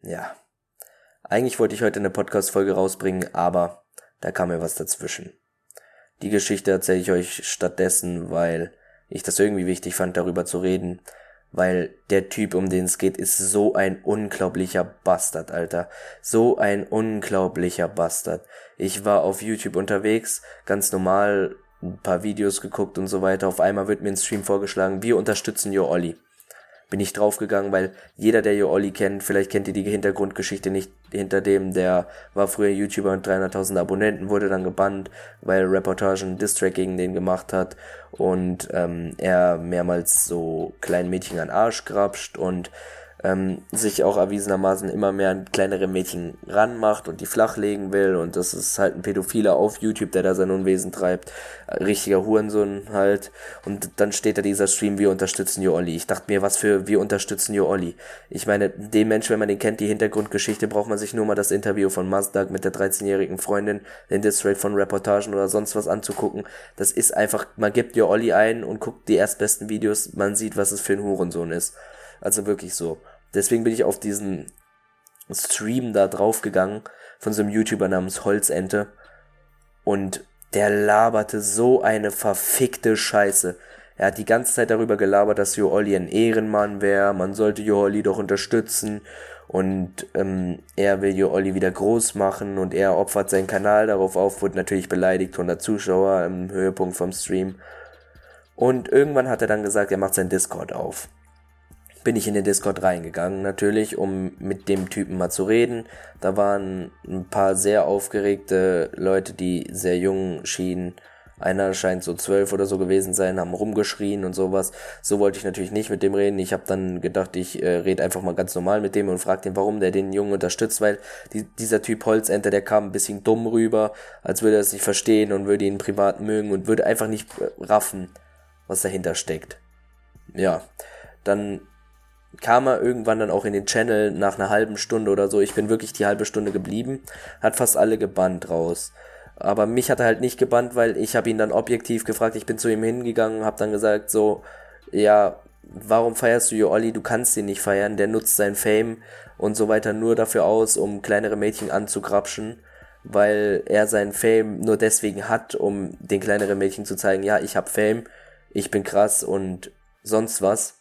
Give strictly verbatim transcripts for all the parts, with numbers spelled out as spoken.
Ja, eigentlich wollte ich heute eine Podcast-Folge rausbringen, aber da kam mir was dazwischen. Die Geschichte erzähle ich euch stattdessen, weil ich das irgendwie wichtig fand, darüber zu reden, weil der Typ, um den es geht, ist so ein unglaublicher Bastard, Alter. So ein unglaublicher Bastard. Ich war auf YouTube unterwegs, ganz normal, ein paar Videos geguckt und so weiter. Auf einmal wird mir ein Stream vorgeschlagen, wir unterstützen Yo Olli. Bin ich draufgegangen, weil jeder, der Yo Olli kennt, vielleicht kennt ihr die Hintergrundgeschichte nicht hinter dem, der war früher YouTuber mit dreihunderttausend Abonnenten, wurde dann gebannt, weil Reportage einen Distrack gegen den gemacht hat und ähm, er mehrmals so kleinen Mädchen an den Arsch grapscht und ähm, sich auch erwiesenermaßen immer mehr an kleinere Mädchen ranmacht und die flachlegen will, und das ist halt ein Pädophiler auf YouTube, der da sein Unwesen treibt, ein richtiger Hurensohn halt. Und dann steht da dieser Stream, wir unterstützen Yo Olli. Ich dachte mir, was für wir unterstützen Yo Olli. Ich meine, den Mensch, wenn man den kennt, die Hintergrundgeschichte, braucht man sich nur mal das Interview von Mazdak mit der dreizehnjährigen Freundin, den Distrack von Reportagen oder sonst was anzugucken. Das ist einfach, man gibt Yo Olli ein und guckt die erstbesten Videos, man sieht, was es für ein Hurensohn ist. Also wirklich so. Deswegen bin ich auf diesen Stream da draufgegangen von so einem YouTuber namens Holzente und der laberte so eine verfickte Scheiße. Er hat die ganze Zeit darüber gelabert, dass Yo Olli ein Ehrenmann wäre, man sollte Yo Olli doch unterstützen und ähm, er will Yo Olli wieder groß machen und er opfert seinen Kanal darauf auf, wurde natürlich beleidigt, hundert Zuschauer im Höhepunkt vom Stream. Und irgendwann hat er dann gesagt, er macht sein Discord auf. Bin ich in den Discord reingegangen, natürlich, um mit dem Typen mal zu reden. Da waren ein paar sehr aufgeregte Leute, die sehr jung schienen. Einer scheint so zwölf oder so gewesen sein, haben rumgeschrien und sowas. So wollte ich natürlich nicht mit dem reden. Ich habe dann gedacht, ich äh, rede einfach mal ganz normal mit dem und frage den, warum der den Jungen unterstützt, weil die, dieser Typ Holzente, der kam ein bisschen dumm rüber, als würde er es nicht verstehen und würde ihn privat mögen und würde einfach nicht raffen, was dahinter steckt. Ja, dann kam er irgendwann dann auch in den Channel nach einer halben Stunde oder so. Ich bin wirklich die halbe Stunde geblieben, hat fast alle gebannt raus. Aber mich hat er halt nicht gebannt, weil ich habe ihn dann objektiv gefragt, ich bin zu ihm hingegangen, habe dann gesagt so, ja, warum feierst du Yo Olli, du kannst ihn nicht feiern, der nutzt sein Fame und so weiter nur dafür aus, um kleinere Mädchen anzugrapschen, weil er seinen Fame nur deswegen hat, um den kleineren Mädchen zu zeigen, ja, ich hab Fame, ich bin krass und sonst was.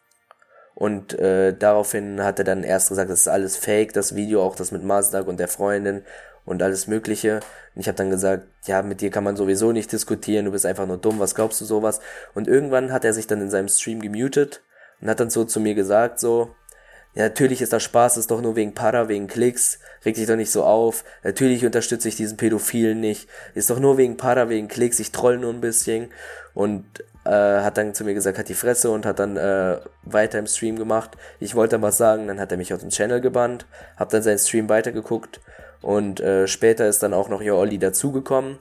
Und äh, daraufhin hat er dann erst gesagt, das ist alles fake, das Video, auch das mit Mazdak und der Freundin und alles mögliche. Und ich habe dann gesagt, ja, mit dir kann man sowieso nicht diskutieren, du bist einfach nur dumm, was glaubst du sowas? Und irgendwann hat er sich dann in seinem Stream gemutet und hat dann so zu mir gesagt, so, ja, natürlich ist das Spaß, ist doch nur wegen Para, wegen Klicks, reg dich doch nicht so auf, natürlich unterstütze ich diesen Pädophilen nicht, ist doch nur wegen Para, wegen Klicks, ich troll nur ein bisschen. Und äh, hat dann zu mir gesagt, hat die Fresse, und hat dann äh, weiter im Stream gemacht. Ich wollte dann was sagen, dann hat er mich auf den Channel gebannt, hab dann seinen Stream weitergeguckt und äh, später ist dann auch noch Yo Olli dazugekommen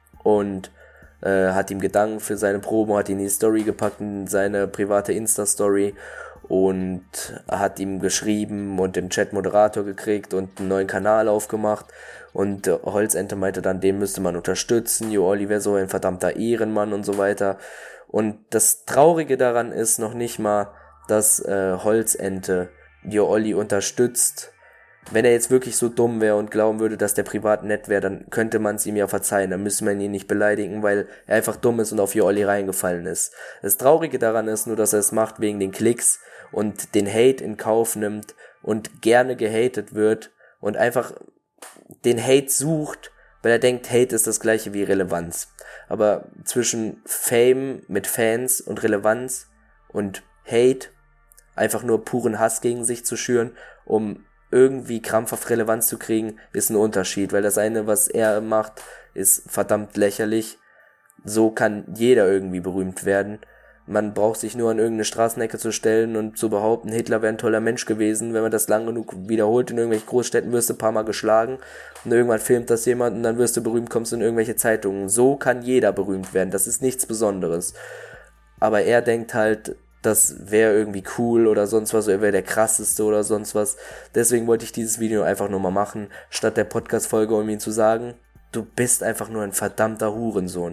und äh, hat ihm gedankt für seine Promo, hat ihn in die Story gepackt, in seine private Insta-Story und hat ihm geschrieben und im Chat Moderator gekriegt und einen neuen Kanal aufgemacht. Und äh, Holzente meinte dann, den müsste man unterstützen, Yo Olli wäre so ein verdammter Ehrenmann und so weiter. Und das Traurige daran ist noch nicht mal, dass äh, Holzente Yo Olli unterstützt. Wenn er jetzt wirklich so dumm wäre und glauben würde, dass der privat nett wäre, dann könnte man es ihm ja verzeihen. Dann müsste man ihn nicht beleidigen, weil er einfach dumm ist und auf Yo Olli reingefallen ist. Das Traurige daran ist nur, dass er es macht wegen den Klicks und den Hate in Kauf nimmt und gerne gehatet wird und einfach den Hate sucht, weil er denkt, Hate ist das gleiche wie Relevanz. Aber zwischen Fame mit Fans und Relevanz und Hate, einfach nur puren Hass gegen sich zu schüren, um irgendwie krampfhaft Relevanz zu kriegen, ist ein Unterschied, weil das eine, was er macht, ist verdammt lächerlich. So kann jeder irgendwie berühmt werden. Man braucht sich nur an irgendeine Straßenecke zu stellen und zu behaupten, Hitler wäre ein toller Mensch gewesen. Wenn man das lang genug wiederholt in irgendwelchen Großstädten, wirst du ein paar Mal geschlagen und irgendwann filmt das jemand und dann wirst du berühmt, kommst in irgendwelche Zeitungen. So kann jeder berühmt werden, das ist nichts Besonderes. Aber er denkt halt, das wäre irgendwie cool oder sonst was, er wäre der krasseste oder sonst was. Deswegen wollte ich dieses Video einfach nur mal machen, statt der Podcast-Folge, um ihm zu sagen, du bist einfach nur ein verdammter Hurensohn.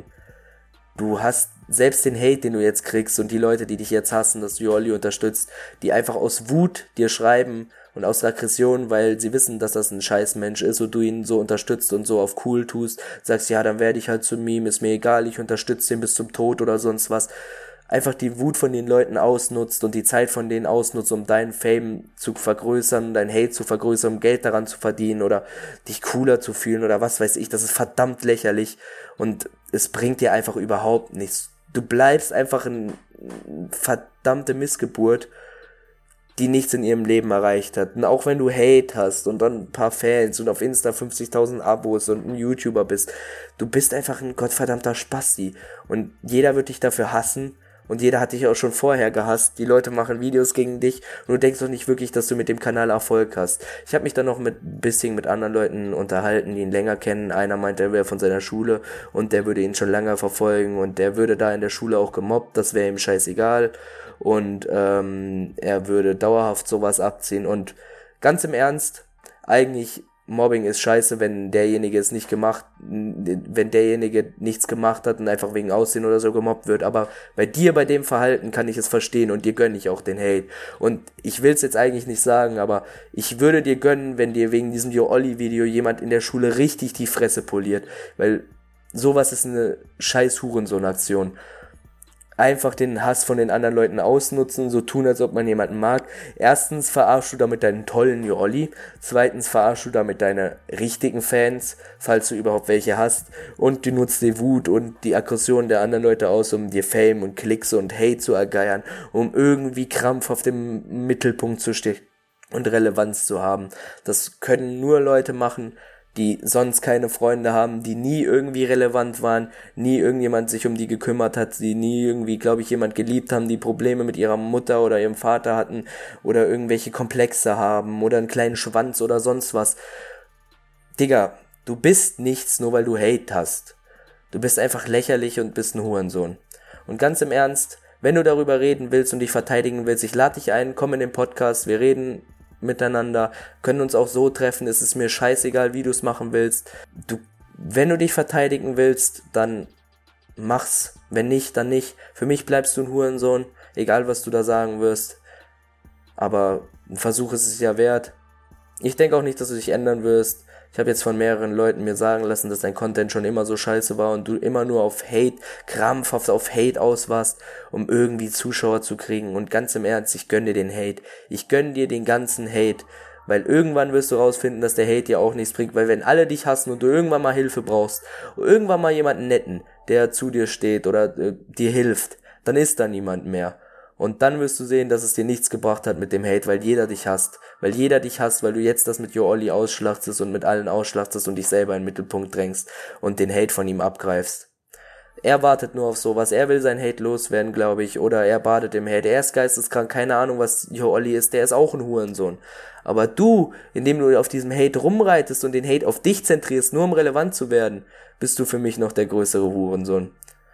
Du hast selbst den Hate, den du jetzt kriegst und die Leute, die dich jetzt hassen, dass du Yo Olli unterstützt, die einfach aus Wut dir schreiben und aus Aggression, weil sie wissen, dass das ein Scheißmensch ist und du ihn so unterstützt und so auf cool tust, sagst, ja, dann werde ich halt zum Meme, ist mir egal, ich unterstütze den bis zum Tod oder sonst was. Einfach die Wut von den Leuten ausnutzt und die Zeit von denen ausnutzt, um deinen Fame zu vergrößern, dein Hate zu vergrößern, um Geld daran zu verdienen oder dich cooler zu fühlen oder was weiß ich, das ist verdammt lächerlich und es bringt dir einfach überhaupt nichts. Du bleibst einfach eine verdammte Missgeburt, die nichts in ihrem Leben erreicht hat. Und auch wenn du Hate hast und dann ein paar Fans und auf Insta fünfzigtausend Abos und ein YouTuber bist, du bist einfach ein gottverdammter Spasti und jeder wird dich dafür hassen. Und jeder hat dich auch schon vorher gehasst. Die Leute machen Videos gegen dich und du denkst doch nicht wirklich, dass du mit dem Kanal Erfolg hast. Ich habe mich dann noch mit ein bisschen mit anderen Leuten unterhalten, die ihn länger kennen. Einer meinte, er wäre von seiner Schule und der würde ihn schon lange verfolgen und der würde da in der Schule auch gemobbt, das wäre ihm scheißegal. Und ähm, er würde dauerhaft sowas abziehen. Und ganz im Ernst, eigentlich Mobbing ist scheiße, wenn derjenige es nicht gemacht, wenn derjenige nichts gemacht hat und einfach wegen Aussehen oder so gemobbt wird, aber bei dir, bei dem Verhalten kann ich es verstehen und dir gönne ich auch den Hate. Und ich will es jetzt eigentlich nicht sagen, aber ich würde dir gönnen, wenn dir wegen diesem Yo-Olli-Video jemand in der Schule richtig die Fresse poliert, weil sowas ist eine scheiß Hurensohn-Aktion. Einfach den Hass von den anderen Leuten ausnutzen, so tun, als ob man jemanden mag. Erstens verarschst du damit deinen tollen Yo-Olli. Zweitens verarschst du damit deine richtigen Fans, falls du überhaupt welche hast. Und du nutzt die Wut und die Aggression der anderen Leute aus, um dir Fame und Klicks und Hate zu ergeiern, um irgendwie krampfhaft im Mittelpunkt zu stehen und Relevanz zu haben. Das können nur Leute machen, die sonst keine Freunde haben, die nie irgendwie relevant waren, nie irgendjemand sich um die gekümmert hat, die nie irgendwie, glaube ich, jemand geliebt haben, die Probleme mit ihrer Mutter oder ihrem Vater hatten oder irgendwelche Komplexe haben oder einen kleinen Schwanz oder sonst was. Digga, du bist nichts, nur weil du Hate hast. Du bist einfach lächerlich und bist ein Hurensohn. Und ganz im Ernst, wenn du darüber reden willst und dich verteidigen willst, ich lade dich ein, komm in den Podcast, wir reden miteinander, können uns auch so treffen, es ist mir scheißegal, wie du es machen willst. Du, wenn du dich verteidigen willst, dann mach's. Wenn nicht, dann nicht. Für mich bleibst du ein Hurensohn, egal was du da sagen wirst. Aber ein Versuch ist es ja wert. Ich denke auch nicht, dass du dich ändern wirst. Ich habe jetzt von mehreren Leuten mir sagen lassen, dass dein Content schon immer so scheiße war und du immer nur auf Hate, krampfhaft auf Hate aus warst, um irgendwie Zuschauer zu kriegen. Und ganz im Ernst, ich gönn dir den Hate. Ich gönn dir den ganzen Hate. Weil irgendwann wirst du rausfinden, dass der Hate dir auch nichts bringt. Weil wenn alle dich hassen und du irgendwann mal Hilfe brauchst, irgendwann mal jemanden netten, der zu dir steht oder äh, dir hilft, dann ist da niemand mehr. Und dann wirst du sehen, dass es dir nichts gebracht hat mit dem Hate, weil jeder dich hasst. Weil jeder dich hasst, weil du jetzt das mit Yo-Olli ausschlachtest und mit allen ausschlachtest und dich selber in den Mittelpunkt drängst und den Hate von ihm abgreifst. Er wartet nur auf sowas, er will sein Hate loswerden, glaube ich, oder er badet im Hate. Er ist geisteskrank, keine Ahnung, was Yo-Olli ist, der ist auch ein Hurensohn. Aber du, indem du auf diesem Hate rumreitest und den Hate auf dich zentrierst, nur um relevant zu werden, bist du für mich noch der größere Hurensohn.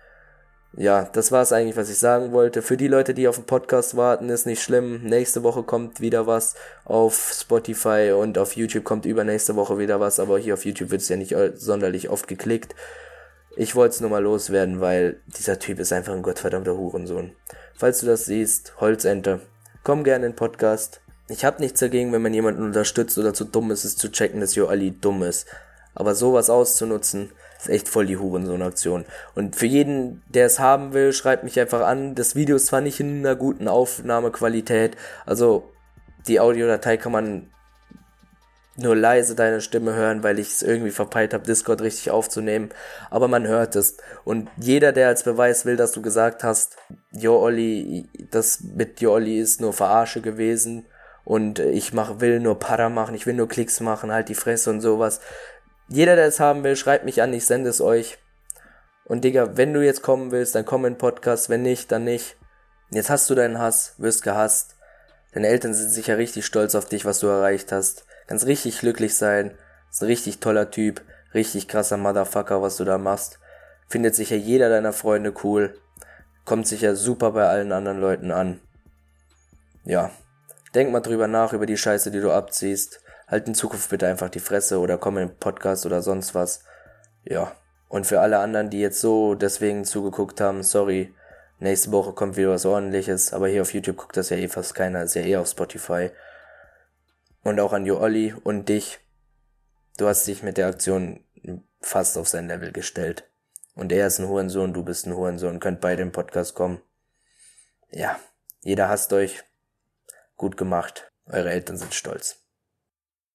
Ja, das war's eigentlich, was ich sagen wollte. Für die Leute, die auf den Podcast warten, ist nicht schlimm. Nächste Woche kommt wieder was auf Spotify und auf YouTube kommt übernächste Woche wieder was, aber hier auf YouTube wird es ja nicht sonderlich oft geklickt. Ich wollte es nur mal loswerden, weil dieser Typ ist einfach ein gottverdammter Hurensohn. Falls du das siehst, Holzente, komm gerne in den Podcast. Ich hab nichts dagegen, wenn man jemanden unterstützt oder zu dumm ist, es zu checken, dass Yo-Olli dumm ist. Aber sowas auszunutzen, ist echt voll die Hurensohn-Aktion. Und für jeden, der es haben will, schreibt mich einfach an. Das Video ist zwar nicht in einer guten Aufnahmequalität, also die Audiodatei kann man nur leise deine Stimme hören, weil ich es irgendwie verpeilt habe, Discord richtig aufzunehmen, aber man hört es. Und jeder, der als Beweis will, dass du gesagt hast, Yo-Olli, das mit Yo-Olli ist nur Verarsche gewesen und ich mach, will nur Para machen, ich will nur Klicks machen, halt die Fresse und sowas. Jeder, der es haben will, schreibt mich an, ich sende es euch. Und Digga, wenn du jetzt kommen willst, dann komm in den Podcast, wenn nicht, dann nicht. Jetzt hast du deinen Hass, wirst gehasst. Deine Eltern sind sicher richtig stolz auf dich, was du erreicht hast. Kannst richtig glücklich sein. Ist ein richtig toller Typ, richtig krasser Motherfucker, was du da machst. Findet sicher jeder deiner Freunde cool. Kommt sicher super bei allen anderen Leuten an. Ja, denk mal drüber nach, über die Scheiße, die du abziehst. Halt in Zukunft bitte einfach die Fresse oder komm in den Podcast oder sonst was. Ja. Und für alle anderen, die jetzt so deswegen zugeguckt haben, sorry. Nächste Woche kommt wieder was Ordentliches. Aber hier auf YouTube guckt das ja eh fast keiner. Ist ja eh auf Spotify. Und auch an Jo Olli und dich. Du hast dich mit der Aktion fast auf sein Level gestellt. Und er ist ein Hurensohn, du bist ein Hurensohn, könnt beide im Podcast kommen. Ja, jeder hasst euch. Gut gemacht. Eure Eltern sind stolz.